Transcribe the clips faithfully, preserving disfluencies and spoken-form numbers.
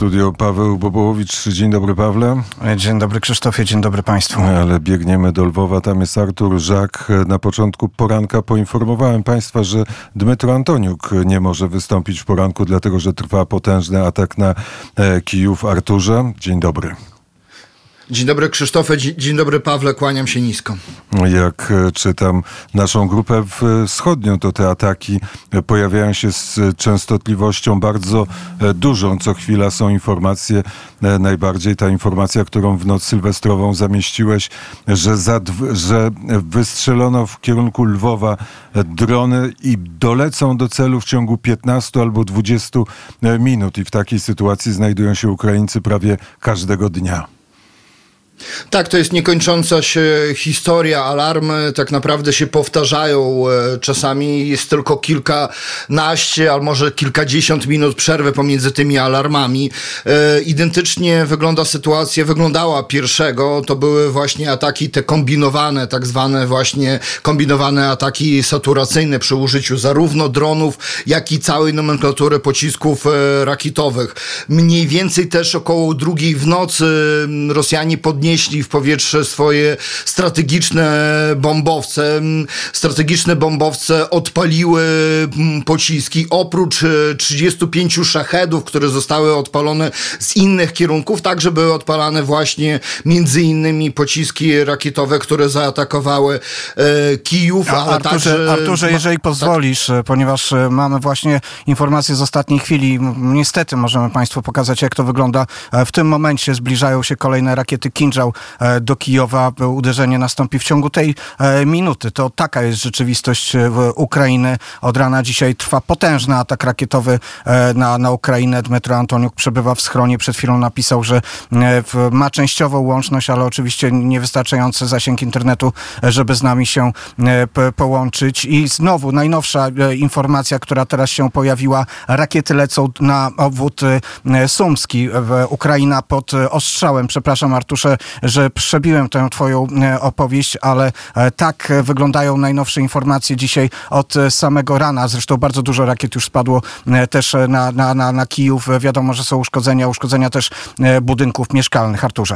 Studio Paweł Bobołowicz. Dzień dobry, Pawle. Dzień dobry, Krzysztofie, dzień dobry Państwu. Ale biegniemy do Lwowa, tam jest Artur Żak. Na początku poranka poinformowałem Państwa, że Dmytro Antoniuk nie może wystąpić w poranku, dlatego że trwa potężny atak na Kijów. Arturze, dzień dobry. Dzień dobry, Krzysztofie, dzień dobry, Pawle, kłaniam się nisko. Jak czytam naszą grupę wschodnią, to te ataki pojawiają się z częstotliwością bardzo dużą. Co chwila są informacje, najbardziej ta informacja, którą w noc sylwestrową zamieściłeś, że, za, że wystrzelono w kierunku Lwowa drony i dolecą do celu w ciągu piętnastu albo dwudziestu minut. I w takiej sytuacji znajdują się Ukraińcy prawie każdego dnia. Tak, to jest niekończąca się historia. Alarmy tak naprawdę się powtarzają. Czasami jest tylko kilkanaście, albo może kilkadziesiąt minut przerwy pomiędzy tymi alarmami. Identycznie wygląda sytuacja, wyglądała pierwszego. To były właśnie ataki te kombinowane, tak zwane właśnie kombinowane ataki saturacyjne przy użyciu zarówno dronów, jak i całej nomenklatury pocisków rakietowych. Mniej więcej też około drugiej w nocy Rosjanie podnieśli w powietrze swoje strategiczne bombowce. Strategiczne bombowce odpaliły pociski. Oprócz trzydziestu pięciu szachedów, które zostały odpalone z innych kierunków, także były odpalane właśnie między innymi pociski rakietowe, które zaatakowały e, Kijów. A, ale Arturze, także... Arturze, jeżeli pozwolisz, tak? Ponieważ mamy właśnie informacje z ostatniej chwili. Niestety możemy Państwu pokazać, jak to wygląda. W tym momencie zbliżają się kolejne rakiety Kinżał do Kijowa. Uderzenie nastąpi w ciągu tej minuty. To taka jest rzeczywistość Ukrainy. Od rana dzisiaj trwa potężny atak rakietowy na, na Ukrainę. Dmytro Antoniuk przebywa w schronie. Przed chwilą napisał, że ma częściową łączność, ale oczywiście niewystarczający zasięg internetu, żeby z nami się połączyć. I znowu najnowsza informacja, która teraz się pojawiła. Rakiety lecą na obwód sumski. Ukraina pod ostrzałem. Przepraszam, Arturze, że przebiłem tę twoją opowieść, ale tak wyglądają najnowsze informacje dzisiaj od samego rana. Zresztą bardzo dużo rakiet już spadło też na, na, na, na Kijów. Wiadomo, że są uszkodzenia, uszkodzenia też budynków mieszkalnych. Arturze.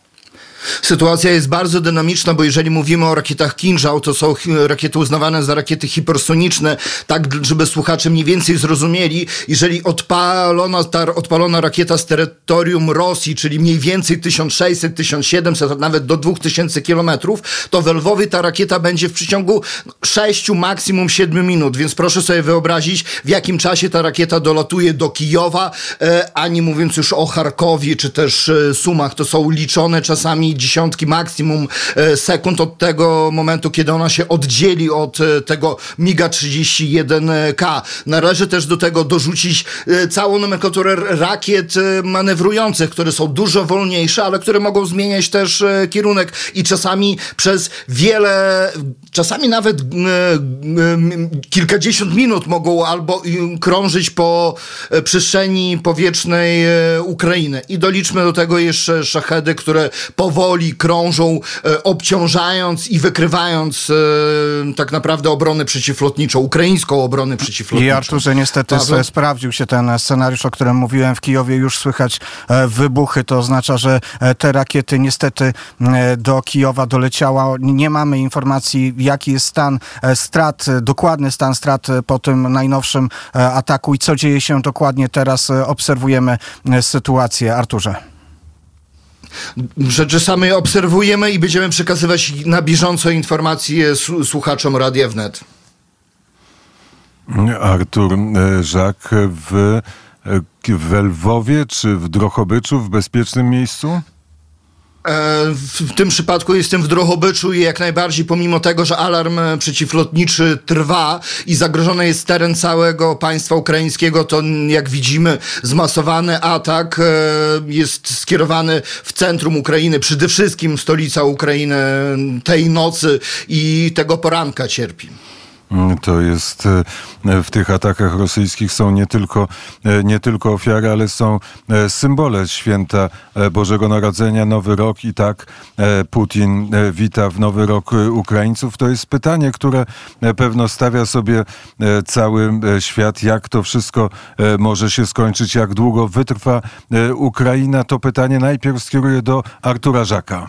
Sytuacja jest bardzo dynamiczna, bo jeżeli mówimy o rakietach Kinżał, to są rakiety uznawane za rakiety hipersoniczne, tak żeby słuchacze mniej więcej zrozumieli. Jeżeli odpalona, ta odpalona rakieta z terytorium Rosji, czyli mniej więcej tysiąc sześćset, tysiąc siedemset, nawet do dwa tysiące kilometrów, to w Lwowie ta rakieta będzie w przeciągu sześciu, maksimum siedmiu minut, więc proszę sobie wyobrazić, w jakim czasie ta rakieta dolatuje do Kijowa, a nie mówiąc już o Charkowie, czy też Sumach. To są liczone czasami dziesiątki maksimum sekund od tego momentu, kiedy ona się oddzieli od tego miga trzydzieści jeden K. Należy też do tego dorzucić całą nomenklaturę rakiet manewrujących, które są dużo wolniejsze, ale które mogą zmieniać też kierunek i czasami przez wiele, czasami nawet kilkadziesiąt minut mogą albo krążyć po przestrzeni powietrznej Ukrainy. I doliczmy do tego jeszcze szachedy, które powoli krążą, e, obciążając i wykrywając e, tak naprawdę obronę przeciwlotniczą, ukraińską obronę przeciwlotniczą. I Arturze, niestety Paweł? sprawdził się ten scenariusz, o którym mówiłem. W Kijowie już słychać e, wybuchy. To oznacza, że e, te rakiety niestety e, do Kijowa doleciała. Nie mamy informacji, jaki jest stan e, strat, dokładny stan strat po tym najnowszym e, ataku i co dzieje się dokładnie teraz. E, obserwujemy e, sytuację. Arturze. Rzeczy samej obserwujemy i będziemy przekazywać na bieżąco informacje słuchaczom Radia Wnet. Artur Żak w, w Lwowie czy w Drohobyczu, w bezpiecznym miejscu? W tym przypadku jestem w Drohobyczu i jak najbardziej, pomimo tego, że alarm przeciwlotniczy trwa i zagrożony jest teren całego państwa ukraińskiego, to jak widzimy zmasowany atak jest skierowany w centrum Ukrainy, przede wszystkim stolica Ukrainy tej nocy i tego poranka cierpi. To jest w tych atakach rosyjskich są nie tylko, nie tylko ofiary, ale są symbole święta Bożego Narodzenia, Nowy Rok i tak Putin wita w Nowy Rok Ukraińców. To jest pytanie, które pewno stawia sobie cały świat, jak to wszystko może się skończyć, jak długo wytrwa Ukraina. To pytanie najpierw skieruję do Artura Żaka.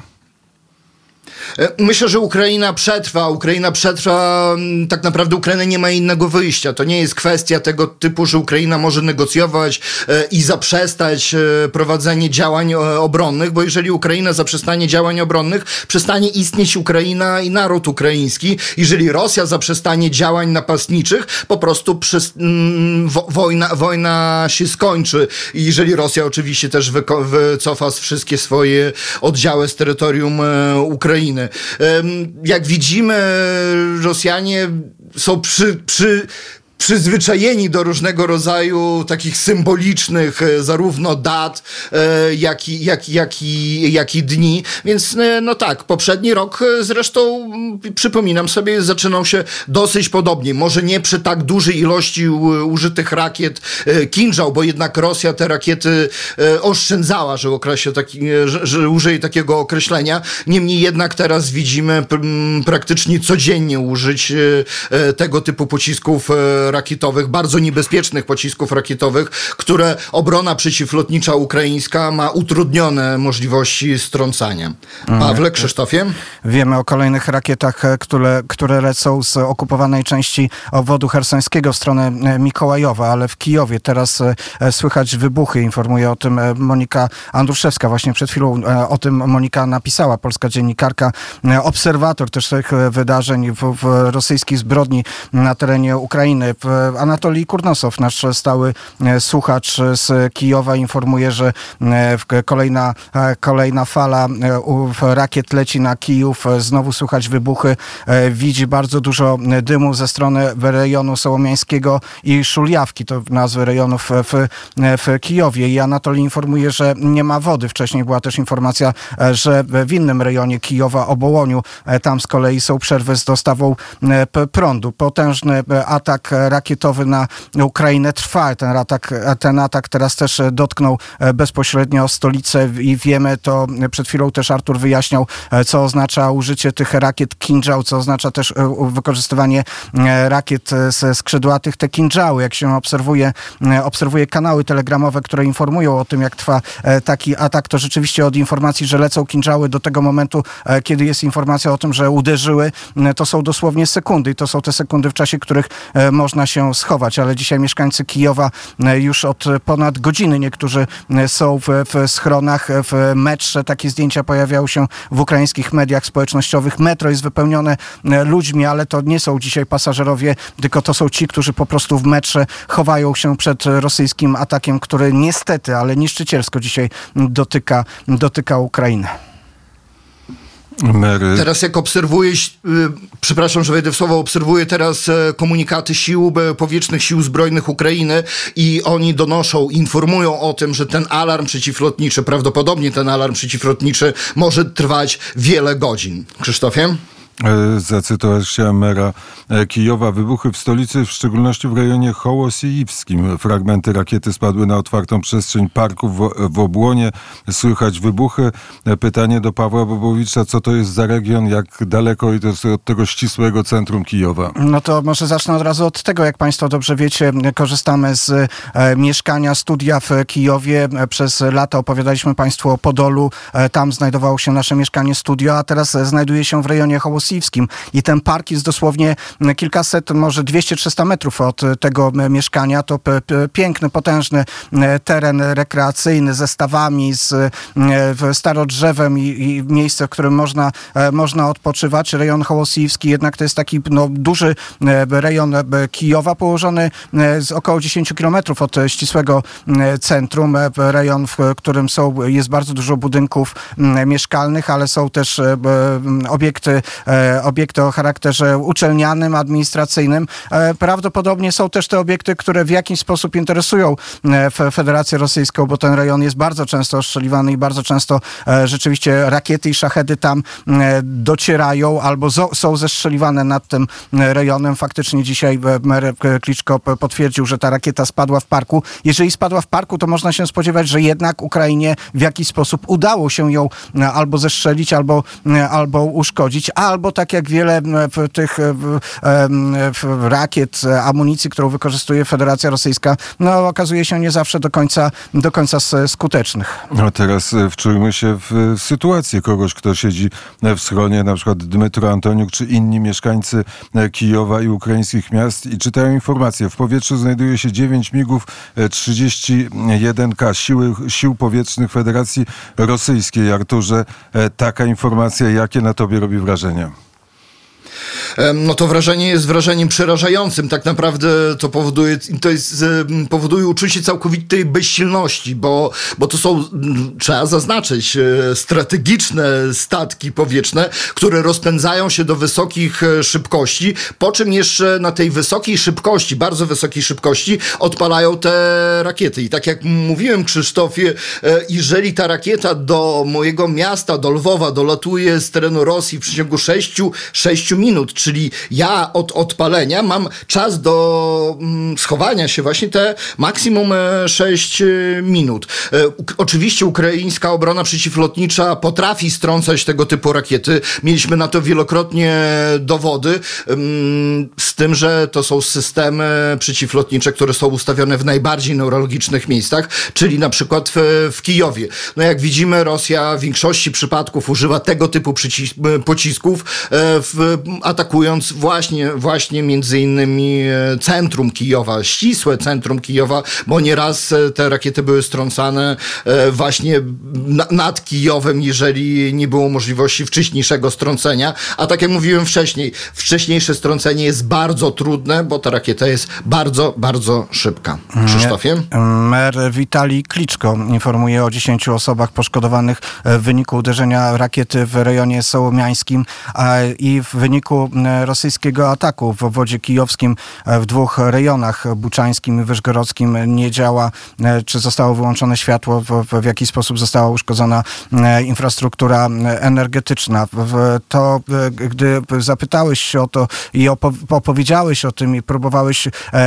Myślę, że Ukraina przetrwa. Ukraina przetrwa, tak naprawdę Ukraina nie ma innego wyjścia. To nie jest kwestia tego typu, że Ukraina może negocjować i zaprzestać prowadzenie działań obronnych, bo jeżeli Ukraina zaprzestanie działań obronnych, przestanie istnieć Ukraina i naród ukraiński. Jeżeli Rosja zaprzestanie działań napastniczych, po prostu przez, mm, wo, wojna, wojna się skończy. I jeżeli Rosja oczywiście też wyko- wycofa wszystkie swoje oddziały z terytorium Ukrainy. Jak widzimy, Rosjanie są przy, przy, przyzwyczajeni do różnego rodzaju takich symbolicznych zarówno dat, jak i, jak, jak i, jak i dni. Więc no tak, poprzedni rok zresztą, przypominam sobie, zaczynał się dosyć podobnie. Może nie przy tak dużej ilości użytych rakiet Kinżał, bo jednak Rosja te rakiety oszczędzała, że, określę taki, że, że użyje takiego określenia. Niemniej jednak teraz widzimy praktycznie codziennie użyć tego typu pocisków rakietowych, bardzo niebezpiecznych pocisków rakietowych, które obrona przeciwlotnicza ukraińska ma utrudnione możliwości strącania. Pawle, Krzysztofie? Wiemy o kolejnych rakietach, które, które lecą z okupowanej części obwodu chersońskiego w stronę Mikołajowa, ale w Kijowie teraz słychać wybuchy. Informuje o tym Monika Andruszewska. Właśnie przed chwilą o tym Monika napisała, polska dziennikarka, obserwator też tych wydarzeń w, w rosyjskiej zbrodni na terenie Ukrainy. Anatolij Kurnosow, nasz stały słuchacz z Kijowa, informuje, że kolejna, kolejna fala rakiet leci na Kijów. Znowu słychać wybuchy. Widzi bardzo dużo dymu ze strony rejonu Sołomiańskiego i Szuljawki, to nazwy rejonów w, w Kijowie. I Anatolij informuje, że nie ma wody. Wcześniej była też informacja, że w innym rejonie Kijowa, Obołoniu, tam z kolei są przerwy z dostawą prądu. Potężny atak rakietowy na Ukrainę trwa. Ten atak, ten atak teraz też dotknął bezpośrednio stolicę i wiemy to, przed chwilą też Artur wyjaśniał, co oznacza użycie tych rakiet Kinżał, co oznacza też wykorzystywanie rakiet ze skrzydłatych, te Kinżały. Jak się obserwuje, obserwuje kanały telegramowe, które informują o tym, jak trwa taki atak, to rzeczywiście od informacji, że lecą Kinżały do tego momentu, kiedy jest informacja o tym, że uderzyły, to są dosłownie sekundy i to są te sekundy, w czasie których można się schować, ale dzisiaj mieszkańcy Kijowa już od ponad godziny niektórzy są w, w schronach, w metrze. Takie zdjęcia pojawiają się w ukraińskich mediach społecznościowych. Metro jest wypełnione ludźmi, ale to nie są dzisiaj pasażerowie, tylko to są ci, którzy po prostu w metrze chowają się przed rosyjskim atakiem, który niestety, ale niszczycielsko dzisiaj dotyka, dotyka Ukrainę. Mary. Teraz jak obserwuję, przepraszam, że wejdę w słowo, obserwuję teraz komunikaty sił powietrznych, sił zbrojnych Ukrainy i oni donoszą, informują o tym, że ten alarm przeciwlotniczy, prawdopodobnie ten alarm przeciwlotniczy może trwać wiele godzin. Krzysztofie? Zacytować chciałem mera Kijowa. Wybuchy w stolicy, w szczególności w rejonie Hołosiiwskim. Fragmenty rakiety spadły na otwartą przestrzeń parku w, w Obłonie. Słychać wybuchy. Pytanie do Pawła Bobowicza, co to jest za region, jak daleko i to jest od tego ścisłego centrum Kijowa? No to może zacznę od razu od tego. Jak Państwo dobrze wiecie, korzystamy z e, mieszkania, studia w Kijowie. Przez lata opowiadaliśmy Państwu o Podolu. E, tam znajdowało się nasze mieszkanie, studio, a teraz znajduje się w rejonie Hołosiiwskim. I ten park jest dosłownie kilkaset, może dwieście trzysta metrów od tego mieszkania. To p- p- piękny, potężny teren rekreacyjny ze stawami, z starodrzewem i, i miejsce, w którym można, można odpoczywać. Rejon Hołosiiwski jednak to jest taki no, duży rejon Kijowa, położony z około dziesięć kilometrów od ścisłego centrum. Rejon, w którym są, jest bardzo dużo budynków mieszkalnych, ale są też obiekty obiekty o charakterze uczelnianym, administracyjnym. Prawdopodobnie są też te obiekty, które w jakiś sposób interesują Federację Rosyjską, bo ten rejon jest bardzo często ostrzeliwany i bardzo często rzeczywiście rakiety i szachedy tam docierają albo są zestrzeliwane nad tym rejonem. Faktycznie dzisiaj mer Kliczko potwierdził, że ta rakieta spadła w parku. Jeżeli spadła w parku, to można się spodziewać, że jednak Ukrainie w jakiś sposób udało się ją albo zestrzelić, albo, albo uszkodzić, albo tak jak wiele tych rakiet, amunicji, którą wykorzystuje Federacja Rosyjska, no okazuje się nie zawsze do końca, do końca skutecznych. No teraz wczujmy się w sytuację kogoś, kto siedzi w schronie, na przykład Dmytro Antoniuk, czy inni mieszkańcy Kijowa i ukraińskich miast i czytają informacje. W powietrzu znajduje się dziewięć migów trzydzieści jeden K siły, sił powietrznych Federacji Rosyjskiej. Arturze, taka informacja, jakie na tobie robi wrażenie? No to wrażenie jest wrażeniem przerażającym. Tak naprawdę to powoduje, to jest, powoduje uczucie całkowitej bezsilności, bo, bo to są, trzeba zaznaczyć, strategiczne statki powietrzne, które rozpędzają się do wysokich szybkości, po czym jeszcze na tej wysokiej szybkości, bardzo wysokiej szybkości odpalają te rakiety. I tak jak mówiłem Krzysztofie, jeżeli ta rakieta do mojego miasta, do Lwowa dolatuje z terenu Rosji w przeciągu sześciu minut, czyli ja od odpalenia mam czas do mm, schowania się właśnie te maksimum sześć minut. E, oczywiście ukraińska obrona przeciwlotnicza potrafi strącać tego typu rakiety. Mieliśmy na to wielokrotnie dowody, ym, z tym, że to są systemy przeciwlotnicze, które są ustawione w najbardziej newralgicznych miejscach, czyli na przykład w, w Kijowie. No jak widzimy, Rosja w większości przypadków używa tego typu pocisków, e, w, atakując właśnie, właśnie między innymi centrum Kijowa, ścisłe centrum Kijowa, bo nieraz te rakiety były strącane właśnie na, nad Kijowem, jeżeli nie było możliwości wcześniejszego strącenia. A tak jak mówiłem wcześniej, wcześniejsze strącenie jest bardzo trudne, bo ta rakieta jest bardzo, bardzo szybka. Krzysztofie? Mer Witalij Kliczko informuje o dziesięciu osobach poszkodowanych w wyniku uderzenia rakiety w rejonie sołomiańskim i w wyniku rosyjskiego ataku w obwodzie kijowskim w dwóch rejonach, buczańskim i wyżgorodzkim, nie działa, czy zostało wyłączone światło, w, w jaki sposób została uszkodzona infrastruktura energetyczna. To, gdy zapytałeś się o to i opowiedziałeś o tym i próbowałeś,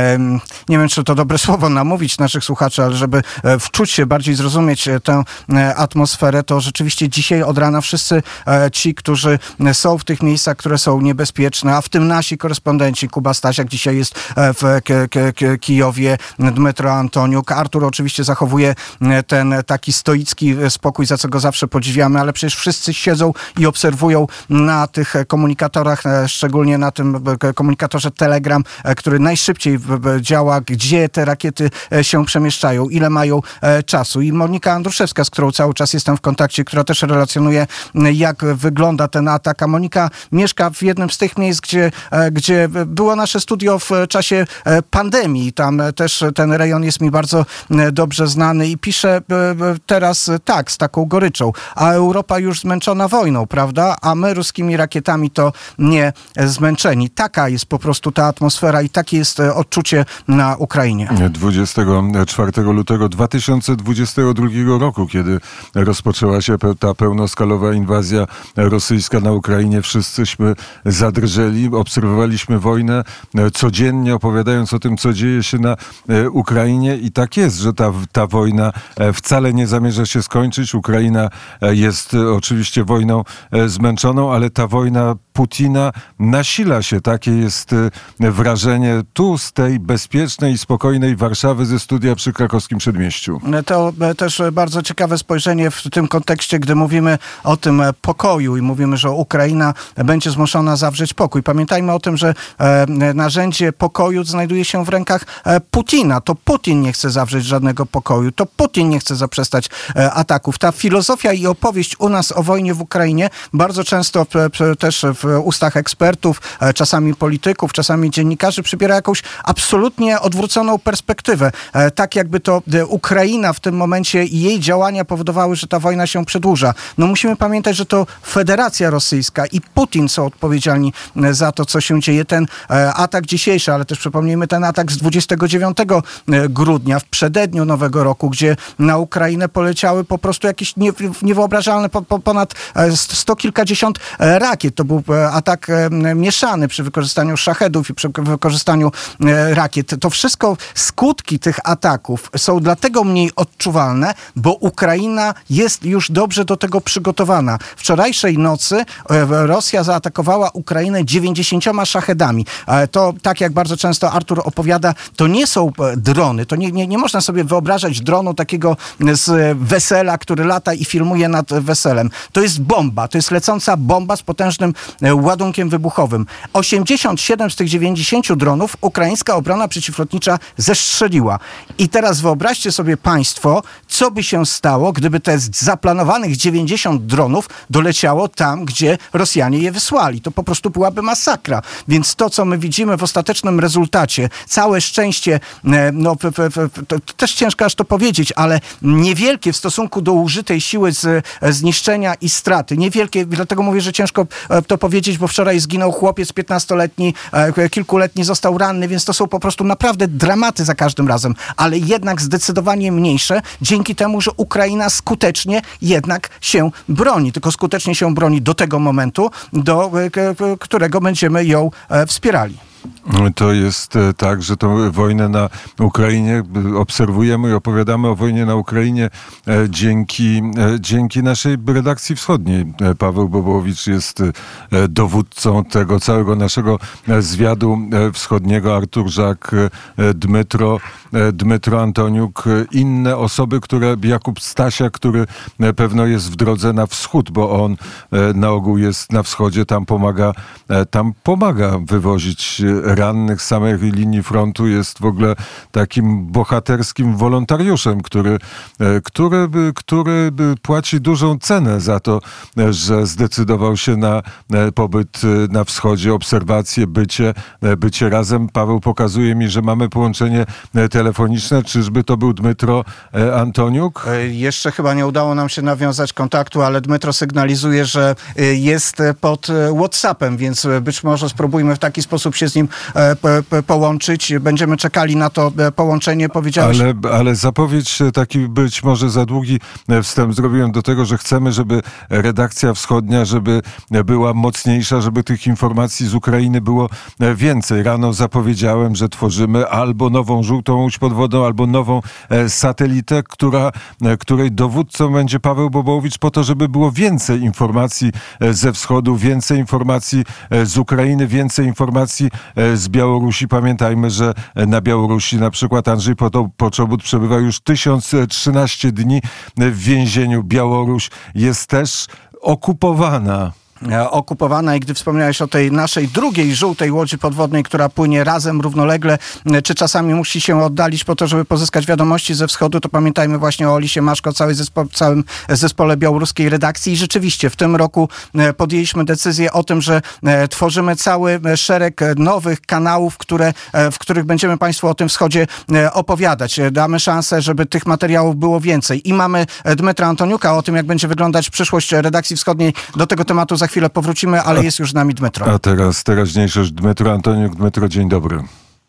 nie wiem, czy to dobre słowo, namówić naszych słuchaczy, ale żeby wczuć się, bardziej zrozumieć tę atmosferę, to rzeczywiście dzisiaj od rana wszyscy ci, którzy są w tych miejscach, które są niebezpieczne, a w tym nasi korespondenci, Kuba Stasiak dzisiaj jest w K K K Kijowie, Dmytro Antoniuk. Artur oczywiście zachowuje ten taki stoicki spokój, za co go zawsze podziwiamy, ale przecież wszyscy siedzą i obserwują na tych komunikatorach, szczególnie na tym komunikatorze Telegram, który najszybciej działa, gdzie te rakiety się przemieszczają, ile mają czasu. I Monika Andruszewska, z którą cały czas jestem w kontakcie, która też relacjonuje, jak wygląda ten atak. A Monika mieszka w jednym z tych miejsc, gdzie, gdzie było nasze studio w czasie pandemii. Tam też ten rejon jest mi bardzo dobrze znany i pisze teraz tak, z taką goryczą. A Europa już zmęczona wojną, prawda? A my ruskimi rakietami to nie zmęczeni. Taka jest po prostu ta atmosfera i takie jest odczucie na Ukrainie. dwudziestego czwartego lutego dwa tysiące dwudziestego drugiego roku, kiedy rozpoczęła się ta pełnoskalowa inwazja rosyjska na Ukrainie, wszyscyśmy zadrżeli, obserwowaliśmy wojnę codziennie, opowiadając o tym, co dzieje się na Ukrainie i tak jest, że ta, ta wojna wcale nie zamierza się skończyć. Ukraina jest oczywiście wojną zmęczoną, ale ta wojna Putina nasila się. Takie jest wrażenie tu z tej bezpiecznej i spokojnej Warszawy ze studia przy Krakowskim Przedmieściu. To też bardzo ciekawe spojrzenie w tym kontekście, gdy mówimy o tym pokoju i mówimy, że Ukraina będzie zmuszona zawrzeć spokój. Pamiętajmy o tym, że e, narzędzie pokoju znajduje się w rękach e, Putina. To Putin nie chce zawrzeć żadnego pokoju. To Putin nie chce zaprzestać e, ataków. Ta filozofia i opowieść u nas o wojnie w Ukrainie bardzo często p, p, też w ustach ekspertów, e, czasami polityków, czasami dziennikarzy przybiera jakąś absolutnie odwróconą perspektywę. E, tak jakby to e, Ukraina w tym momencie i jej działania powodowały, że ta wojna się przedłuża. No musimy pamiętać, że to Federacja Rosyjska i Putin są odpowiedzialni e, za to, co się dzieje. Ten e, atak dzisiejszy, ale też przypomnijmy ten atak z dwudziestego dziewiątego grudnia w przededniu Nowego Roku, gdzie na Ukrainę poleciały po prostu jakieś nie, niewyobrażalne po, po, ponad sto kilkadziesiąt rakiet. To był atak mieszany przy wykorzystaniu szachedów i przy wykorzystaniu rakiet. To wszystko, skutki tych ataków są dlatego mniej odczuwalne, bo Ukraina jest już dobrze do tego przygotowana. Wczorajszej nocy Rosja zaatakowała Ukrainę dziewięćdziesięcioma szachedami. To, tak jak bardzo często Artur opowiada, to nie są drony. To nie, nie, nie można sobie wyobrażać dronu takiego z wesela, który lata i filmuje nad weselem. To jest bomba. To jest lecąca bomba z potężnym ładunkiem wybuchowym. osiemdziesiąt siedem z tych dziewięćdziesięciu dronów ukraińska obrona przeciwlotnicza zestrzeliła. I teraz wyobraźcie sobie państwo, co by się stało, gdyby te zaplanowanych dziewięćdziesiąt dronów doleciało tam, gdzie Rosjanie je wysłali. To po prostu byłaby masakra. Więc to, co my widzimy w ostatecznym rezultacie, całe szczęście, no to, to też ciężko aż to powiedzieć, ale niewielkie w stosunku do użytej siły z, zniszczenia i straty. Niewielkie, dlatego mówię, że ciężko to powiedzieć, bo wczoraj zginął chłopiec piętnastoletni, kilkuletni został ranny, więc to są po prostu naprawdę dramaty za każdym razem, ale jednak zdecydowanie mniejsze dzięki temu, że Ukraina skutecznie jednak się broni. Tylko skutecznie się broni do tego momentu, do którego będziemy ją wspierali. To jest tak, że tą wojnę na Ukrainie obserwujemy i opowiadamy o wojnie na Ukrainie dzięki, dzięki naszej redakcji wschodniej. Paweł Bobołowicz jest dowódcą tego całego naszego zwiadu wschodniego, Artur Żak, Dmytro, Dmytro Antoniuk, inne osoby, które, Jakub Stasiak, który pewno jest w drodze na wschód, bo on na ogół jest na wschodzie, tam pomaga, tam pomaga wywozić rannych z samej linii frontu, jest w ogóle takim bohaterskim wolontariuszem, który, który, który płaci dużą cenę za to, że zdecydował się na pobyt na wschodzie, obserwacje, bycie, bycie razem. Paweł pokazuje mi, że mamy połączenie telefoniczne. Czyżby to był Dmytro Antoniuk? Jeszcze chyba nie udało nam się nawiązać kontaktu, ale Dmytro sygnalizuje, że jest pod WhatsAppem, więc być może spróbujmy w taki sposób się z nim połączyć. Będziemy czekali na to połączenie. Powiedziałeś... Ale, ale zapowiedź, taki być może za długi wstęp zrobiłem do tego, że chcemy, żeby redakcja wschodnia, żeby była mocniejsza, żeby tych informacji z Ukrainy było więcej. Rano zapowiedziałem, że tworzymy albo nową żółtą łódź pod wodą, albo nową satelitę, która, której dowódcą będzie Paweł Bobołowicz, po to, żeby było więcej informacji ze wschodu, więcej informacji z Ukrainy, więcej informacji z Białorusi. Pamiętajmy, że na Białorusi na przykład Andrzej Poczobut przebywa już tysiąc trzynaście dni w więzieniu. Białoruś jest też okupowana. okupowana i gdy wspomniałeś o tej naszej drugiej żółtej łodzi podwodnej, która płynie razem, równolegle, czy czasami musi się oddalić po to, żeby pozyskać wiadomości ze wschodu, to pamiętajmy właśnie o Olisie Maszko, całej zespo- całym zespole białoruskiej redakcji i rzeczywiście w tym roku podjęliśmy decyzję o tym, że tworzymy cały szereg nowych kanałów, które, w których będziemy Państwu o tym wschodzie opowiadać. Damy szansę, żeby tych materiałów było więcej. I mamy Dmytra Antoniuka o tym, jak będzie wyglądać przyszłość redakcji wschodniej. Do tego tematu za chwilę powrócimy, ale jest już z nami Dmytro. A teraz teraźniejszość Dmytro Antoniuk. Dmytro, dzień dobry.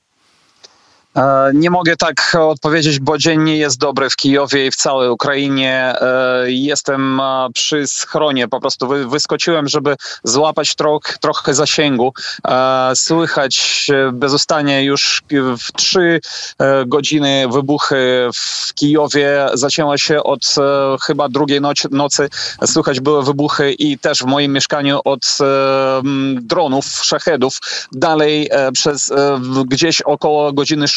Nie mogę tak odpowiedzieć, bo dzień nie jest dobry w Kijowie i w całej Ukrainie. Jestem przy schronie, po prostu wyskoczyłem, żeby złapać troch, trochę zasięgu. Słychać bezustannie już w trzy godziny wybuchy w Kijowie. Zaczęła się od chyba drugiej nocy, nocy. Słychać były wybuchy i też w moim mieszkaniu od dronów, szachedów. Dalej przez gdzieś około godziny szóstej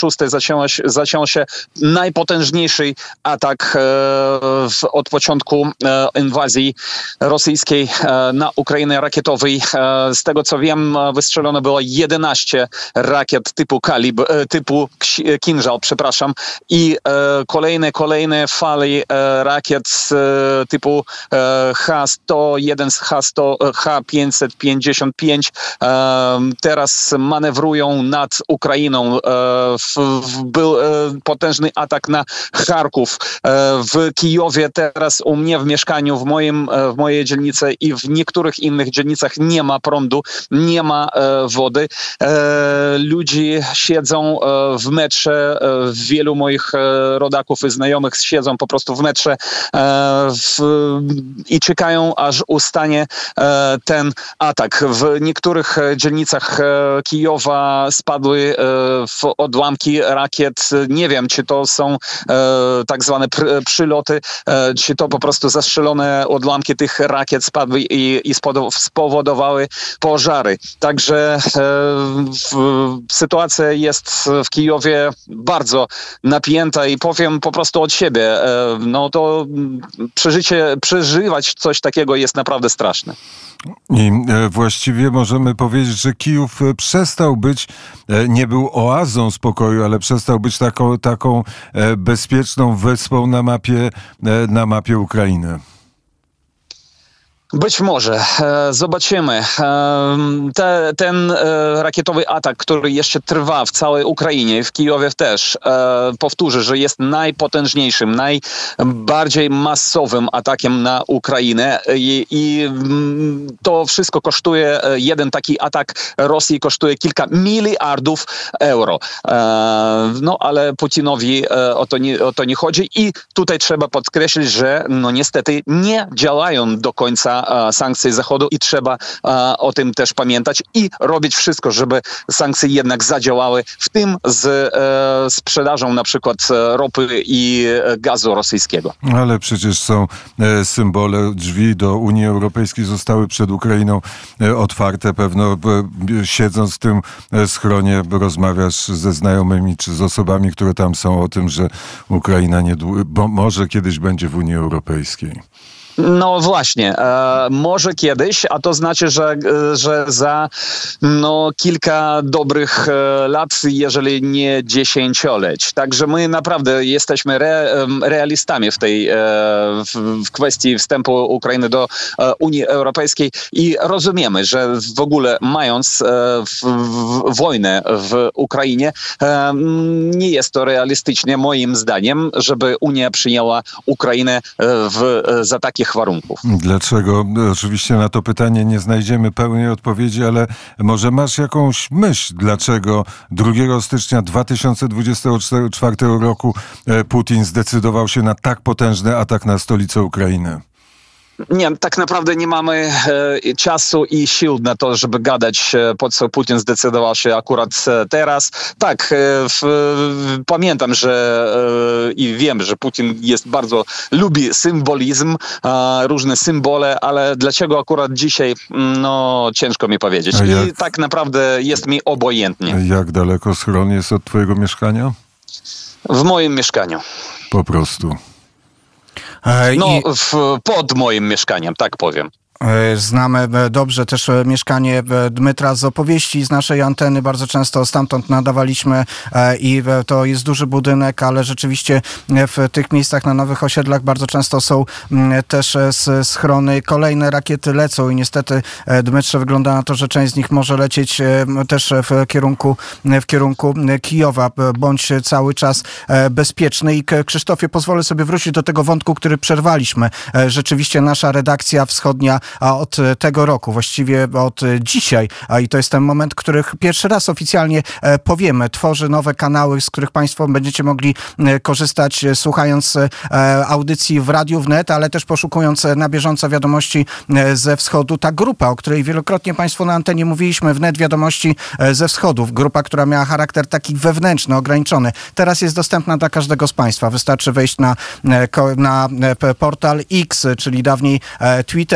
szóstej zaciął się, zaciął się najpotężniejszy atak w, od początku inwazji rosyjskiej na Ukrainę rakietowej. Z tego co wiem, wystrzelone było jedenaście rakiet typu kalibr, typu Kinżal, przepraszam, i kolejne, kolejne fali rakiet typu H sto jeden, H sto, H pięćset pięćdziesiąt pięć teraz manewrują nad Ukrainą. Był potężny atak na Charków. W Kijowie teraz u mnie w mieszkaniu, w, moim, w mojej dzielnicy i w niektórych innych dzielnicach nie ma prądu, nie ma wody. Ludzie siedzą w metrze, wielu moich rodaków i znajomych siedzą po prostu w metrze w, i czekają, aż ustanie ten atak. W niektórych dzielnicach Kijowa spadły odłamki rakiet. Nie wiem, czy to są tak zwane przyloty, czy to po prostu zastrzelone odłamki tych rakiet spadły i, i spowodowały pożary. Także sytuacja jest w Kijowie bardzo napięta i powiem po prostu od siebie, no to przeżycie, przeżywać coś takiego jest naprawdę straszne. I właściwie możemy powiedzieć, że Kijów przestał być, nie był oazą spokoju, ale przestał być taką, taką bezpieczną wyspą na mapie, na mapie Ukrainy. Być może. Zobaczymy. Te, ten rakietowy atak, który jeszcze trwa w całej Ukrainie, w Kijowie też, powtórzę, że jest najpotężniejszym, najbardziej masowym atakiem na Ukrainę i, i to wszystko kosztuje, jeden taki atak Rosji kosztuje kilka miliardów euro. No ale Putinowi o to nie, o to nie chodzi i tutaj trzeba podkreślić, że no niestety nie działają do końca sankcje Zachodu i trzeba a, o tym też pamiętać i robić wszystko, żeby sankcje jednak zadziałały, w tym z e, sprzedażą na przykład ropy i gazu rosyjskiego. Ale przecież są e, symbole, drzwi do Unii Europejskiej zostały przed Ukrainą e, otwarte. Pewno e, siedząc w tym schronie rozmawiasz ze znajomymi czy z osobami, które tam są o tym, że Ukraina niedłu- bo może kiedyś będzie w Unii Europejskiej. No właśnie, e, może kiedyś, a to znaczy, że, że za no, kilka dobrych e, lat, jeżeli nie dziesięcioleć. Także my naprawdę jesteśmy re, realistami w tej e, w, w kwestii wstępu Ukrainy do e, Unii Europejskiej i rozumiemy, że w ogóle mając e, w, w, wojnę w Ukrainie, e, nie jest to realistycznie moim zdaniem, żeby Unia przyjęła Ukrainę w, za takich warunków. Dlaczego? Oczywiście na to pytanie nie znajdziemy pełnej odpowiedzi, ale może masz jakąś myśl, dlaczego drugiego stycznia dwa tysiące dwudziestego czwartego roku Putin zdecydował się na tak potężny atak na stolicę Ukrainy? Nie, tak naprawdę nie mamy e, czasu i sił na to, żeby gadać, e, po co Putin zdecydował się akurat e, teraz. Tak, e, w, w, pamiętam, że e, i wiem, że Putin jest bardzo, lubi symbolizm, e, różne symbole, ale dlaczego akurat dzisiaj, no ciężko mi powiedzieć. Jak, I tak naprawdę jest mi obojętnie. Jak daleko schron jest od twojego mieszkania? W moim mieszkaniu. Po prostu. No, w, pod moim mieszkaniem, tak powiem. Znamy dobrze też mieszkanie Dmytra z opowieści z naszej anteny. Bardzo często stamtąd nadawaliśmy i to jest duży budynek, ale rzeczywiście w tych miejscach na nowych osiedlach bardzo często są też schrony. Kolejne rakiety lecą i niestety, Dmytrze, wygląda na to, że część z nich może lecieć też w kierunku, w kierunku Kijowa. Bądź cały czas bezpieczny. I Krzysztofie, pozwolę sobie wrócić do tego wątku, który przerwaliśmy. Rzeczywiście nasza redakcja wschodnia a od tego roku, właściwie od dzisiaj, a i to jest ten moment, których pierwszy raz oficjalnie powiemy, tworzy nowe kanały, z których Państwo będziecie mogli korzystać, słuchając audycji w Radiu Wnet, ale też poszukując na bieżąco wiadomości ze wschodu. Ta grupa, o której wielokrotnie Państwu na antenie mówiliśmy, Wnet Wiadomości ze wschodu, grupa, która miała charakter taki wewnętrzny, ograniczony, teraz jest dostępna dla każdego z Państwa. Wystarczy wejść na, na portal X, czyli dawniej Twitter i znaleźć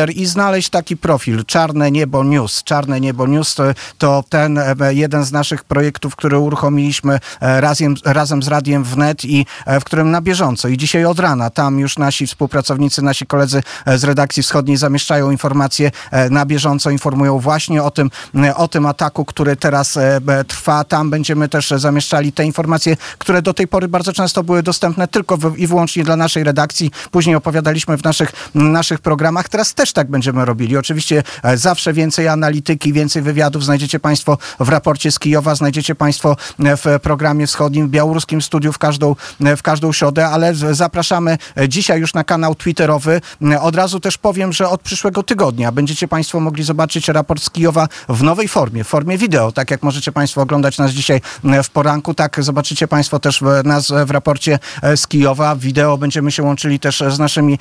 znaleźć taki profil, Czarne Niebo News. Czarne Niebo News to, to ten jeden z naszych projektów, który uruchomiliśmy razem, razem z Radiem Wnet i w którym na bieżąco i dzisiaj od rana tam już nasi współpracownicy, nasi koledzy z redakcji wschodniej zamieszczają informacje na bieżąco, informują właśnie o tym, o tym ataku, który teraz trwa. Tam będziemy też zamieszczali te informacje, które do tej pory bardzo często były dostępne tylko i wyłącznie dla naszej redakcji. Później opowiadaliśmy w naszych, naszych programach. Teraz też tak będziemy robili. Oczywiście zawsze więcej analityki, więcej wywiadów znajdziecie Państwo w raporcie z Kijowa, znajdziecie Państwo w programie wschodnim, w białoruskim studiu w każdą, w każdą środę, ale zapraszamy dzisiaj już na kanał twitterowy. Od razu też powiem, że od przyszłego tygodnia będziecie Państwo mogli zobaczyć raport z Kijowa w nowej formie, w formie wideo. Tak jak możecie Państwo oglądać nas dzisiaj w poranku, tak zobaczycie Państwo też nas w raporcie z Kijowa. Wideo będziemy się łączyli też z naszymi,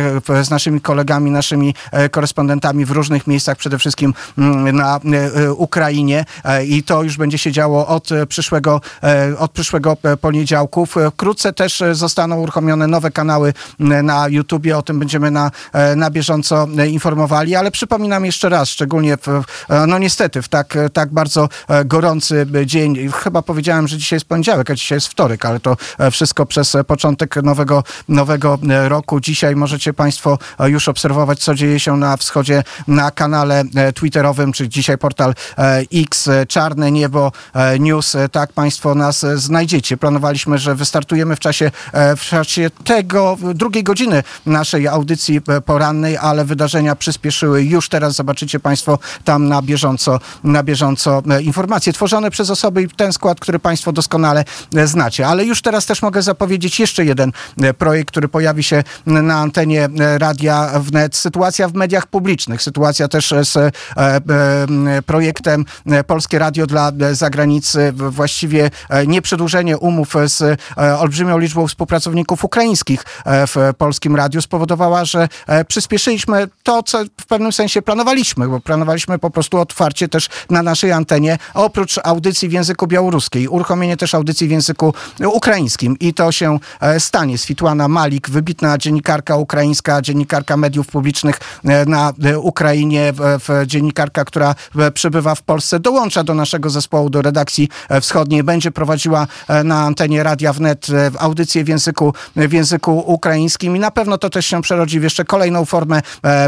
z naszymi kolegami, naszymi korespondentami w różnych miejscach, przede wszystkim na Ukrainie i to już będzie się działo od przyszłego, od przyszłego poniedziałku. Wkrótce też zostaną uruchomione nowe kanały na YouTubie, o tym będziemy na, na bieżąco informowali, ale przypominam jeszcze raz, szczególnie w, no niestety w tak, tak bardzo gorący dzień, chyba powiedziałem, że dzisiaj jest poniedziałek, a dzisiaj jest wtorek, ale to wszystko przez początek nowego, nowego roku. Dzisiaj możecie Państwo już obserwować, co dzieje się na wschodzie na kanale twitterowym, czy dzisiaj portal X, Czarne Niebo News. Tak Państwo nas znajdziecie. Planowaliśmy, że wystartujemy w czasie, w czasie tego, drugiej godziny naszej audycji porannej, ale wydarzenia przyspieszyły. Już teraz zobaczycie Państwo tam na bieżąco, na bieżąco informacje tworzone przez osoby i ten skład, który Państwo doskonale znacie. Ale już teraz też mogę zapowiedzieć jeszcze jeden projekt, który pojawi się na antenie Radia Wnet. Sytuacja w mediach publicznych. Sytuacja też z e, e, projektem Polskie Radio dla Zagranicy. Właściwie nieprzedłużenie umów z e, olbrzymią liczbą współpracowników ukraińskich w Polskim Radiu spowodowała, że przyspieszyliśmy to, co w pewnym sensie planowaliśmy, bo planowaliśmy po prostu otwarcie też na naszej antenie, oprócz audycji w języku białoruskim, uruchomienie też audycji w języku ukraińskim i to się stanie. Switłana Malik, wybitna dziennikarka ukraińska, dziennikarka mediów publicznych na Ukrainie, dziennikarka, która przebywa w Polsce, dołącza do naszego zespołu, do redakcji wschodniej, będzie prowadziła na antenie Radia Wnet audycję w języku, w języku ukraińskim i na pewno to też się przerodzi w jeszcze kolejną formę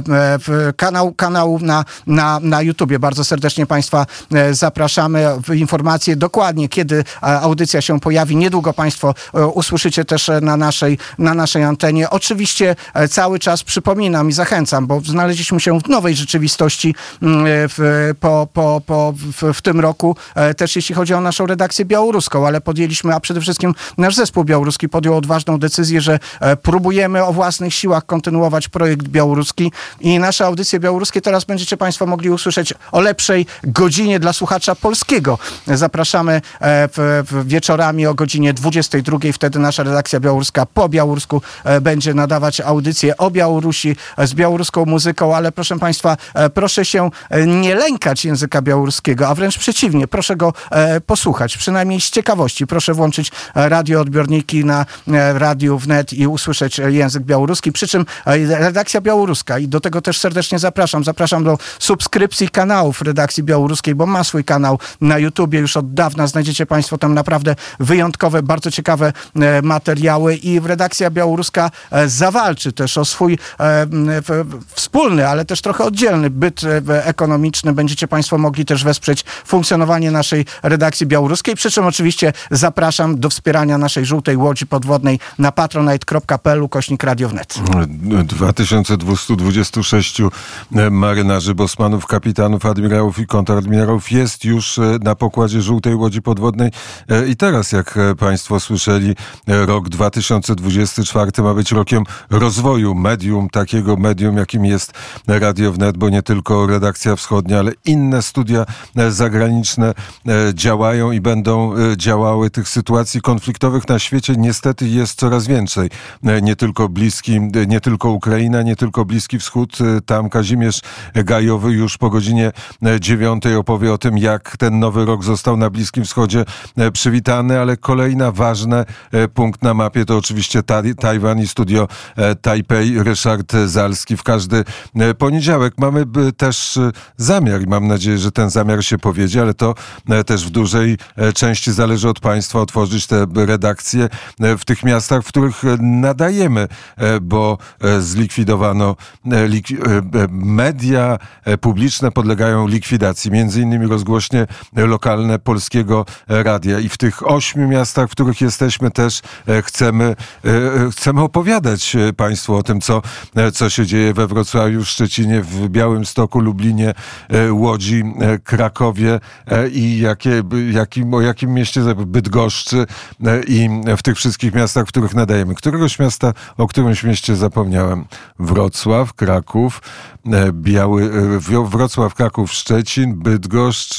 kanał, kanału na, na, na YouTubie. Bardzo serdecznie Państwa zapraszamy. Informacje dokładnie, kiedy audycja się pojawi. Niedługo Państwo usłyszycie też na naszej, na naszej antenie. Oczywiście cały czas przypominam i zachęcam, bo znaleźliśmy się w nowej rzeczywistości w, po, po, po, w, w tym roku, też jeśli chodzi o naszą redakcję białoruską, ale podjęliśmy, a przede wszystkim nasz zespół białoruski podjął odważną decyzję, że próbujemy o własnych siłach kontynuować projekt białoruski i nasze audycje białoruskie teraz będziecie Państwo mogli usłyszeć o lepszej godzinie dla słuchacza polskiego. Zapraszamy w, w wieczorami o godzinie dwudziestej drugiej. Wtedy nasza redakcja białoruska po białorusku będzie nadawać audycję o Białorusi z białoruską muzyką, ale proszę Państwa, proszę się nie lękać języka białoruskiego, a wręcz przeciwnie, proszę go posłuchać, przynajmniej z ciekawości. Proszę włączyć radioodbiorniki na Radiu Wnet i usłyszeć język białoruski, przy czym redakcja białoruska i do tego też serdecznie zapraszam. Zapraszam do subskrypcji kanałów redakcji białoruskiej, bo ma swój kanał na YouTubie już od dawna. Znajdziecie Państwo tam naprawdę wyjątkowe, bardzo ciekawe materiały i redakcja białoruska zawalczy też o swój wspólny, ale też trochę oddzielny byt ekonomiczny. Będziecie Państwo mogli też wesprzeć funkcjonowanie naszej redakcji białoruskiej, przy czym oczywiście zapraszam do wspierania naszej żółtej łodzi podwodnej na patronite kropka p l ukośnik Radio Wnet. dwa tysiące dwieście dwadzieścia sześć marynarzy, bosmanów, kapitanów, admirałów i kontradmirałów jest już na pokładzie żółtej łodzi podwodnej i teraz, jak Państwo słyszeli, rok dwa tysiące dwudziesty czwarty ma być rokiem rozwoju medium, takiego medium, jakim jest Radio Wnet, bo nie tylko redakcja wschodnia, ale inne studia zagraniczne działają i będą działały. Tych sytuacji konfliktowych na świecie niestety jest coraz więcej. Nie tylko Bliski, nie tylko Ukraina, nie tylko Bliski Wschód. Tam Kazimierz Gajowy już po godzinie dziewiątej opowie o tym, jak ten nowy rok został na Bliskim Wschodzie przywitany, ale kolejna ważny punkt na mapie to oczywiście Tajwan i studio Tajpej. Ryszard Zalski w każdy poniedziałek. Mamy też zamiar i mam nadzieję, że ten zamiar się powiedzie, ale to też w dużej części zależy od państwa, otworzyć te redakcje w tych miastach, w których nadajemy, bo zlikwidowano media publiczne podlegają likwidacji, między innymi rozgłośnie lokalne Polskiego Radia i w tych ośmiu miastach, w których jesteśmy, też chcemy, chcemy opowiadać państwu o tym, co, co się dzieje we Wrocławiu, w Szczecinie, w Białymstoku, Lublinie, Łodzi, Krakowie i jakie, jakim, o jakim mieście, Bydgoszczy i w tych wszystkich miastach, w których nadajemy. Któregoś miasta, o którymś mieście zapomniałem. Wrocław, Kraków, Biały, Wrocław, Kraków, Szczecin, Bydgoszcz,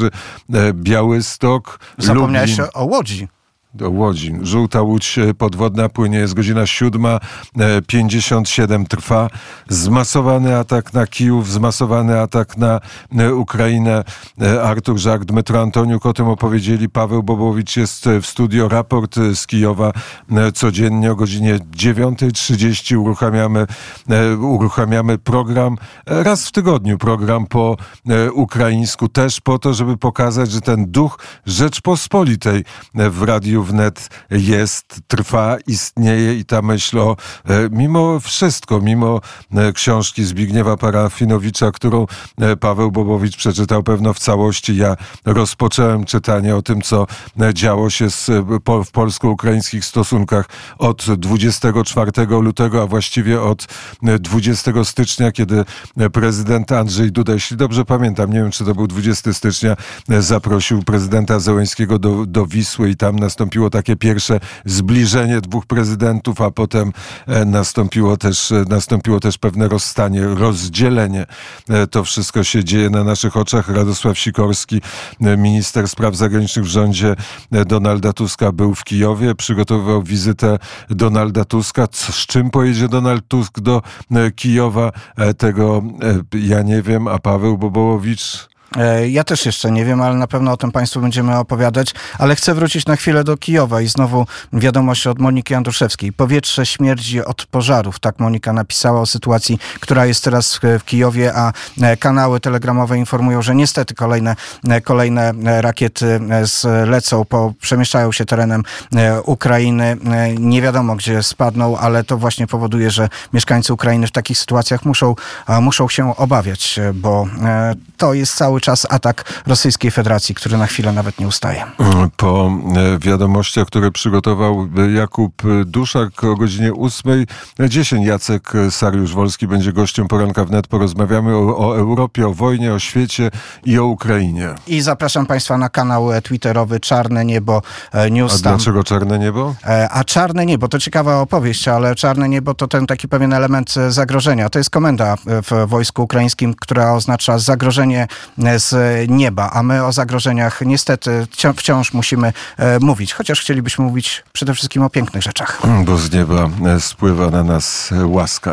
Białystok, Zapomniałeś Lublin. o Łodzi. Do Łodzi. Żółta łódź podwodna płynie, jest godzina siódma pięćdziesiąt siedem, trwa zmasowany atak na Kijów, zmasowany atak na Ukrainę. Artur Żak, Dmytro Antoniuk o tym opowiedzieli. Paweł Bobowicz jest w studio. Raport z Kijowa codziennie o godzinie dziewiąta trzydzieści uruchamiamy, uruchamiamy program raz w tygodniu, program po ukraińsku, też po to, żeby pokazać, że ten duch Rzeczpospolitej w Radiu Wnet jest, trwa, istnieje i ta myśl o, mimo wszystko, mimo książki Zbigniewa Parafinowicza, którą Paweł Bobowicz przeczytał pewno w całości. Ja rozpocząłem czytanie o tym, co działo się z, po, w polsko-ukraińskich stosunkach od dwudziestego czwartego lutego, a właściwie od dwudziestego stycznia, kiedy prezydent Andrzej Duda, jeśli dobrze pamiętam, nie wiem, czy to był dwudziestego stycznia, zaprosił prezydenta Zełenskiego do, do Wisły i tam nastąpiło takie pierwsze zbliżenie dwóch prezydentów, a potem nastąpiło też, nastąpiło też pewne rozstanie, rozdzielenie. To wszystko się dzieje na naszych oczach. Radosław Sikorski, minister spraw zagranicznych w rządzie Donalda Tuska, był w Kijowie, przygotowywał wizytę Donalda Tuska. Z czym pojedzie Donald Tusk do Kijowa? Tego ja nie wiem, a Paweł Bobowicz... Ja też jeszcze nie wiem, ale na pewno o tym państwu będziemy opowiadać. Ale chcę wrócić na chwilę do Kijowa i znowu wiadomość od Moniki Andruszewskiej. Powietrze śmierdzi od pożarów. Tak Monika napisała o sytuacji, która jest teraz w Kijowie, a kanały telegramowe informują, że niestety kolejne, kolejne rakiety lecą, po, przemieszczają się terenem Ukrainy. Nie wiadomo, gdzie spadną, ale to właśnie powoduje, że mieszkańcy Ukrainy w takich sytuacjach muszą, muszą się obawiać, bo to jest cały czas atak Rosyjskiej Federacji, który na chwilę nawet nie ustaje. Po wiadomościach, które przygotował Jakub Duszak o godzinie ósmej dziesięć Jacek Sariusz-Wolski będzie gościem Poranka Wnet. Porozmawiamy o, o Europie, o wojnie, o świecie i o Ukrainie. I zapraszam państwa na kanał twitterowy Czarne Niebo News. A dlaczego Czarne Niebo? A Czarne Niebo, to ciekawa opowieść, ale Czarne Niebo to ten taki pewien element zagrożenia. To jest komenda w wojsku ukraińskim, która oznacza zagrożenie z nieba, a my o zagrożeniach niestety wciąż musimy mówić, chociaż chcielibyśmy mówić przede wszystkim o pięknych rzeczach. Bo z nieba spływa na nas łaska.